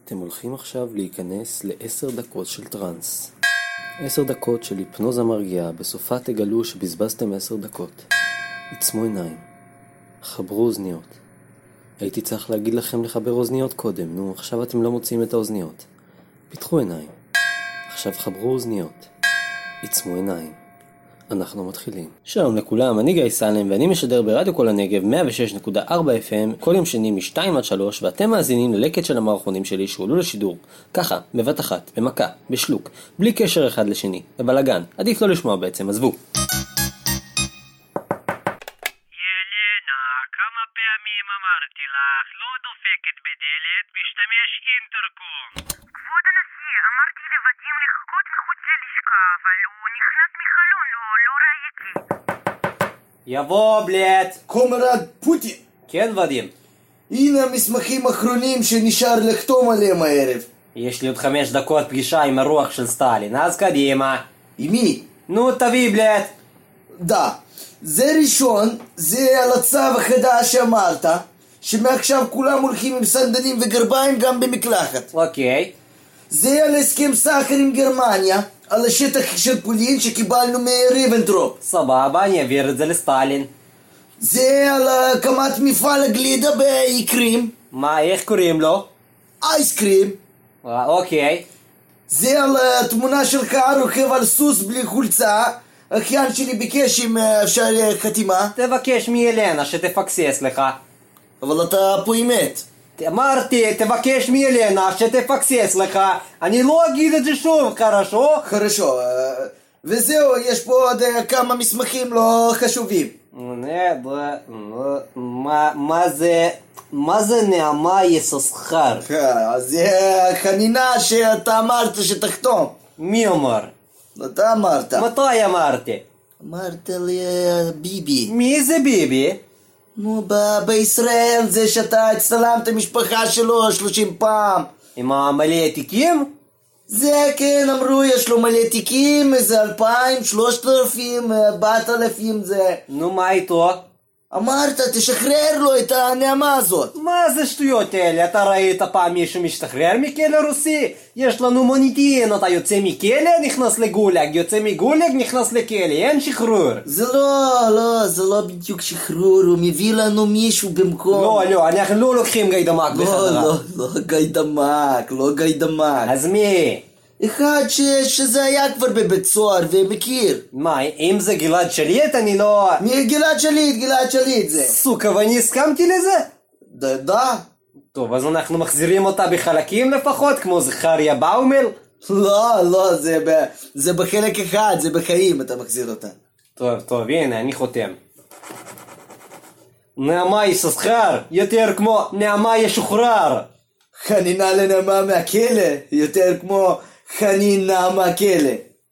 אתם הולכים עכשיו להיכנס ל10 דקות של טרנס. 10 דקות של היפנוזה מרגיעה, בסופה תגלו שבזבזתם 10 דקות. עצמו עיניים. חברו אוזניות. הייתי צריך להגיד לכם לחבר אוזניות קודם, נו, עכשיו אתם לא מוצאים את האוזניות. פיתחו עיניים. עכשיו חברו אוזניות. עצמו עיניים. אנחנו מתחילים. שלום לכולם, אני גיא סלם ואני משדר ברדיו כל הנגב 106.4 FM כל יום שני מ-2 עד 3 ואתם מאזינים ללקט של המערכונים שלי שהועלו לשידור ככה, בבת אחת, במכה, בשלוק, בלי קשר אחד לשני, בבלגן. עדיף לא לשמוע בעצם, עזבו. ילנה, כמה פעמים אמרתי לך, לא דופקת בדלת, משתמש אינטרקום. כבוד הנשיא, אמרתי לוודים לחכות מחוץ ללשכה, אבל הוא נכנס מחלון, לא ראיתי. יבוא בלט. קומרד פוטין, כן ודים. הנה המסמכים האחרונים שנשאר לחתום עליהם הערב. יש לי עוד 5 דקות פגישה עם הרוח של סטלין, אז קדימה. עם מי? נו תביא בלט. זה ראשון, זה על הצו החדש שאמרת, שמעכשיו כולם הולכים עם סנדלים וגרביים גם במקלחת. אוקיי. זה על הסכם סחר עם גרמניה, על השטח של פולין שקיבלנו מריבנטרופ. סבבה, אני אעביר את זה לסטלין. זה על הקמת מפעל הגלידה באיקרים. מה, איך קוראים לו? אייסקרים. אוקיי. זה על התמונה שלך רוכב על סוס בלי חולצה. אחיין שלי ביקש אם אפשר חתימה. תבקש מילנה שתפקסס לך. אבל אתה פה אמת. אמרתי, תבקש מילנה שתפקסס לך. אני לא אגיד את זה שוב, חרשו? חרשו. וזהו, יש פה עוד כמה מסמכים לא חשובים. מה זה נעמה יששכר? זה חנינה שאתה אמרת שתחתום. מי אמר? אתה אמרת. מתי אמרתי? אמרת לביבי. מי זה ביבי? נו, בישראל זה שאתה הצטלמת משפחה שלו 30 פעם. עם המלא תיקים? זה כן, אמרו יש לו מלא תיקים, איזה 2,000, 3,000, 4,000 זה. נו, מה איתו? אמרת, תשחרר לו את הנעמה הזאת. מה זה שטויות האלה? אתה ראית פעם מישהו משתחרר מכלא רוסי? יש לנו מוניטין, אתה יוצא מכלא, נכנס לגולג, יוצא מגולג, נכנס לכלא, אין שחרור. זה לא בדיוק שחרור, הוא מביא לנו מישהו במקום. לא, אנחנו לא לוקחים גיידמק בחזרה. לא גיידמק. אז מי? אחד שזה היה כבר בבית סוהר ומכיר. מה, אם זה גלעד שליט, אני לא... מי גלעד שליט זה. סוכה, ואני הסכמתי לזה? דה. טוב, אז אנחנו מחזירים אותה בחלקים לפחות, כמו זכריה באומל? לא, זה בחלק אחד, זה בחיים אתה מחזיר אותה. טוב, הנה, אני חותם. נעמה יששכר, יותר כמו נעמה ישוחרר. חנינה לנעמה מהכלא, יותר כמו חנינה מהכלא.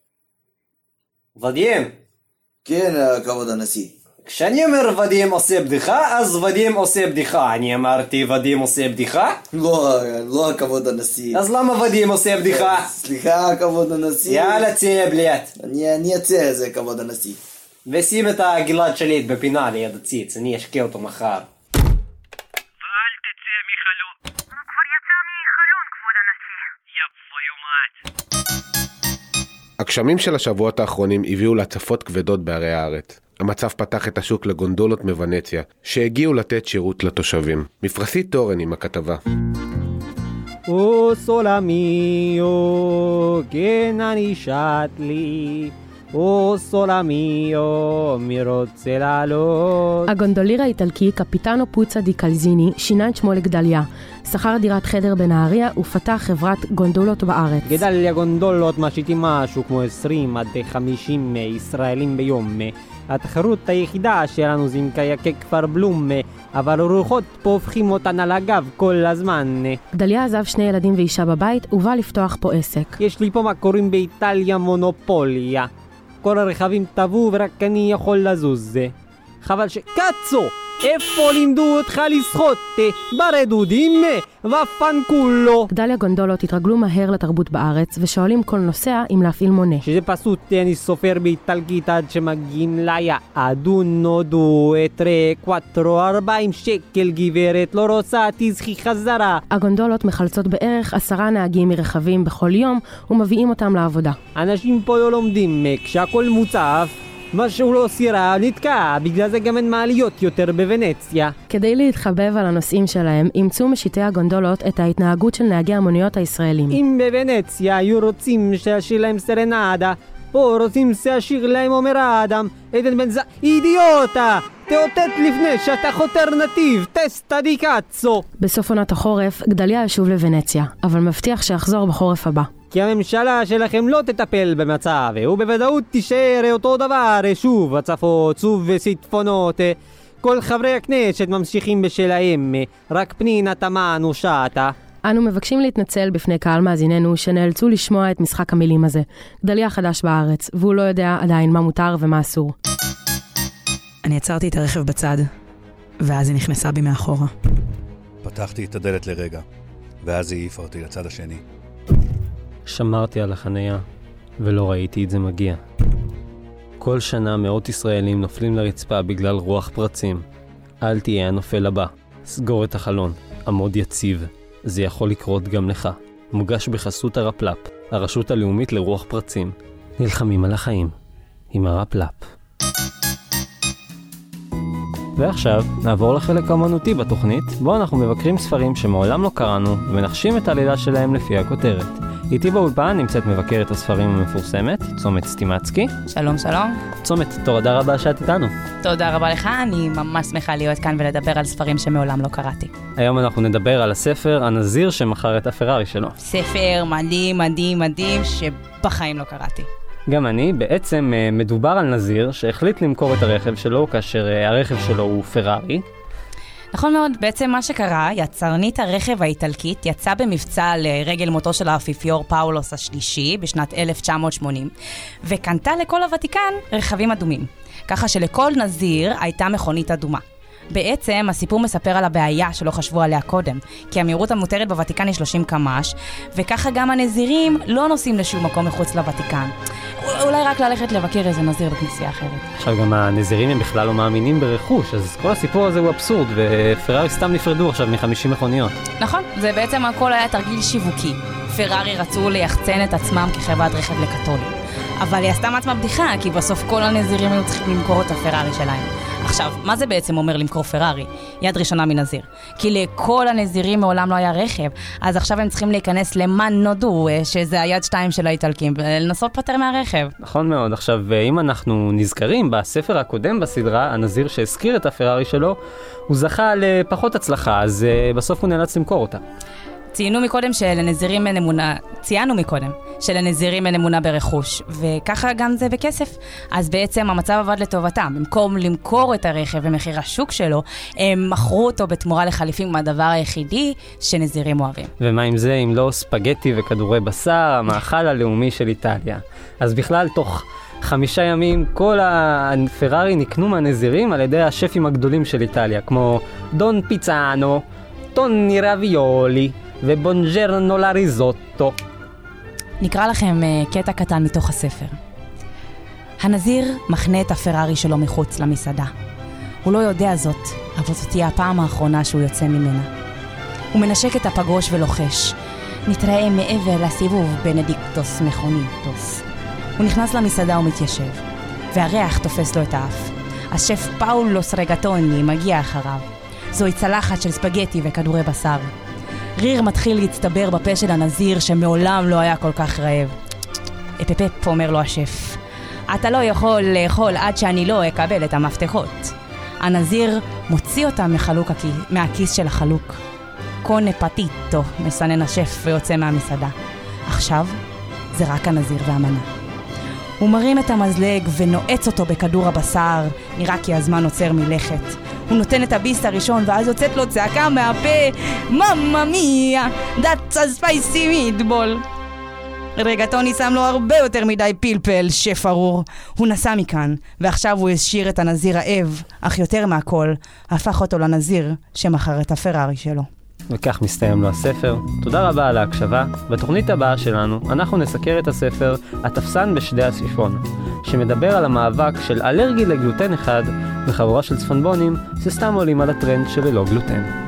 ודים? כן, כבוד הנשיא. כשאני אומר ודים עושה בדיחה, אז ודים עושה בדיחה. אני אמרתי ודים עושה בדיחה? לא כבוד הנשיא. אז למה ודים עושה בדיחה? סליחה כבוד הנשיא. יאללה צא בלט. אני אצא זה כבוד הנשיא. ושים את הגלעד שליט בפינה ליד הציץ, אני אשקה אותו מחר. ואל תצא מחלון. הוא כבר יצא מחלון, כבוד הנשיא. יפה יומת. הגשמים של השבועות האחרונים הביאו להצפות כבדות בערי הארץ. המצב פתח את השוק לגונדולות מוונציה, שהגיעו לתת שירות לתושבים. מפרסי תורן עם הכתבה. O sole mio, che nanisciat li, o sole mio, mi רוצה לעלות. הגונדוליר האיטלקי קפיטנו פוצה די קלזיני שינה את שמו לגדליה, שכר דירת חדר בנהריה ופתח חברת גונדולות בארץ. גדליה גונדולות משיתים משהו כמו 20 עד 50 ישראלים ביום. התחרות היחידה שלנו זה עם קייקי כפר בלום, אבל הרוחות פה הופכים אותן על הגב כל הזמן. גדליה עזב 2 ילדים ואישה בבית ובא לפתוח פה עסק. יש לי פה מה קוראים באיטליה מונופוליה. כל הרכבים טבעו ורק אני יכול לזוז. חבל קצו! איפה לימדו אותך לשחות? ברדודים? ופנקולו. גדליה גונדולות התרגלו מהר לתרבות בארץ ושואלים כל נוסע אם להפעיל מונה. שזה פשוט אני סופר באיטלקית עד שמגיעים ליעד. נודו, 40 שקל גברת, לא רוצה תזכי חזרה. הגונדולות מחלצות בערך 10 נהגים מרכבים בכל יום ומביאים אותם לעבודה. אנשים פה לא לומדים, כשהכל מוצף, משהו לא סירה נתקע, בגלל זה גם אין מעליות יותר בוונציה. כדי להתחבב על הנושאים שלהם, אימצו משיטי הגונדולות את ההתנהגות של נהגי המוניות הישראלים. אם בוונציה היו רוצים שישיר להם סרנדה, פה רוצים שישיר להם אומר אדם, עדן בן ז... אידיוטה! תאותת לפני שאתה חותר נתיב, טסטה די קאצו. בסוף עונת החורף, גדליה ישוב לוונציה, אבל מבטיח שיחזור בחורף הבא. כי הממשלה שלכם לא תטפל במצב, ובוודאות תישאר אותו דבר, שוב הצפות, שוב ושיטפונות. כל חברי הכנסת ממשיכים בשלהם, רק פנינה תמנו שעתה. אנו מבקשים להתנצל בפני קהל מאזיננו שנאלצו לשמוע את משחק המילים הזה. גדליה חדש בארץ, והוא לא יודע עדיין מה מותר ומה אסור. אני עצרתי את הרכב בצד, ואז היא נכנסה בי מאחורה. פתחתי את הדלת לרגע, ואז היא העיפה אותי לצד השני. שמרתי על החנייה, ולא ראיתי את זה מגיע. כל שנה מאות ישראלים נופלים לרצפה בגלל רוח פרצים. אל תהיה הנופל הבא. סגור את החלון. עמוד יציב. זה יכול לקרות גם לך. מוגש בחסות הרפלפ, הרשות הלאומית לרוח פרצים. נלחמים על החיים. עם הרפלפ. ועכשיו נעבור לחלק האמנותי בתוכנית, בו אנחנו מבקרים ספרים שמעולם לא קראנו ונחשים את העלילה שלהם לפי הכותרת. איתי באולפן נמצאת מבקרת הספרים המפורסמת, צומת סטימצקי. שלום שלום. צומת, תודה רבה שאת איתנו. תודה רבה לך, אני ממש שמחה להיות כאן ולדבר על ספרים שמעולם לא קראתי. היום אנחנו נדבר על הספר הנזיר שמכר את הפרארי שלו. ספר מדהים מדהים מדהים שבחיים לא קראתי. גם אני, בעצם מדובר על נזיר שהחליט למכור את הרכב שלו כאשר הרכב שלו הוא פרארי. נכון מאוד, בעצם מה שקרה, יצרנית הרכב האיטלקית יצאה במבצע לרגל מותו של האפיפיור פאולוס השלישי בשנת 1980, וקנתה לכל הוותיקן רכבים אדומים, ככה שלכל נזיר הייתה מכונית אדומה. בעצם הסיפור מספר על הבעיה שלא חשבו עליה קודם, כי המהירות המותרת בוותיקן היא 30 קמ"ש, וככה גם הנזירים לא נוסעים לשום מקום מחוץ לוותיקן. אולי רק ללכת לבקר איזה נזיר בכנסייה אחרת. עכשיו גם הנזירים הם בכלל לא מאמינים ברכוש, אז כל הסיפור הזה הוא אבסורד, ופרארי סתם נפרדו עכשיו מ-50 מכוניות. נכון, זה בעצם הכל היה תרגיל שיווקי. פרארי רצו ליחצן את עצמם כחברת רכב לקתולים. אבל היא עשתה מעצמה בדיחה, כי בסוף כל הנזירים היו צריכים למכור את הפרארי שלהם. עכשיו, מה זה בעצם אומר למכור פרארי? יד ראשונה מנזיר. כי לכל הנזירים מעולם לא היה רכב, אז עכשיו הם צריכים להיכנס למן נודו, שזה היד 2 של האיטלקים, ולנסות פטר מהרכב. נכון מאוד. עכשיו, אם אנחנו נזכרים, בספר הקודם בסדרה, הנזיר שהזכיר את הפרארי שלו, הוא זכה לפחות הצלחה, אז בסוף הוא נאלץ למכור אותה. ציינו מקודם שלנזירים אין אמונה, ציינו מקודם שלנזירים אין אמונה ברכוש, וככה גם זה בכסף. אז בעצם המצב עבד לטובתם. במקום למכור את הרכב ומחיר השוק שלו, הם מכרו אותו בתמורה לחליפים, הדבר היחידי שנזירים אוהבים. ומה עם זה, אם לא ספגטי וכדורי בשר, המאכל הלאומי של איטליה. אז בכלל תוך 5 ימים כל הפרארי נקנו מהנזירים על ידי השפים הגדולים של איטליה, כמו דון פיצאנו, טוני רביולי ובונג'רנו לריזוטו. נקרא לכם קטע קטן מתוך הספר. הנזיר מחנה את הפרארי שלו מחוץ למסעדה. הוא לא יודע זאת, אבל זאת תהיה הפעם האחרונה שהוא יוצא ממנה. הוא מנשק את הפגוש ולוחש. נתראה מעבר לסיבוב בנדיקטוס מכוניטוס. הוא נכנס למסעדה ומתיישב, והריח תופס לו את האף. השף פאולוס רגטוני מגיע אחריו. זוהי צלחת של ספגטי וכדורי בשר. ריר מתחיל להצטבר בפה של הנזיר שמעולם לא היה כל כך רעב. אפפפ, אומר לו השף. אתה לא יכול לאכול עד שאני לא אקבל את המפתחות. הנזיר מוציא אותם מהכיס של החלוק. קונה פטיטו, מסנן השף ויוצא מהמסעדה. עכשיו זה רק הנזיר והמנה. הוא מרים את המזלג ונועץ אותו בכדור הבשר, נראה כי הזמן עוצר מלכת. הוא נותן את הביס הראשון ואז יוצאת לו צעקה מהפה, מממה מיה, that's a spicy meatball. רגע, טוני שם לו הרבה יותר מדי פלפל, שף ארור. הוא נסע מכאן, ועכשיו הוא השאיר את הנזיר רעב, אך יותר מהכל, הפך אותו לנזיר שמכר את הפרארי שלו. וכך מסתיים לו הספר. תודה רבה על ההקשבה. בתוכנית הבאה שלנו אנחנו נסקר את הספר התפסן בשדה הסיפון, שמדבר על המאבק של אלרגי לגלוטן אחד וחבורה של צפונבונים שסתם עולים על הטרנד של ללא גלוטן.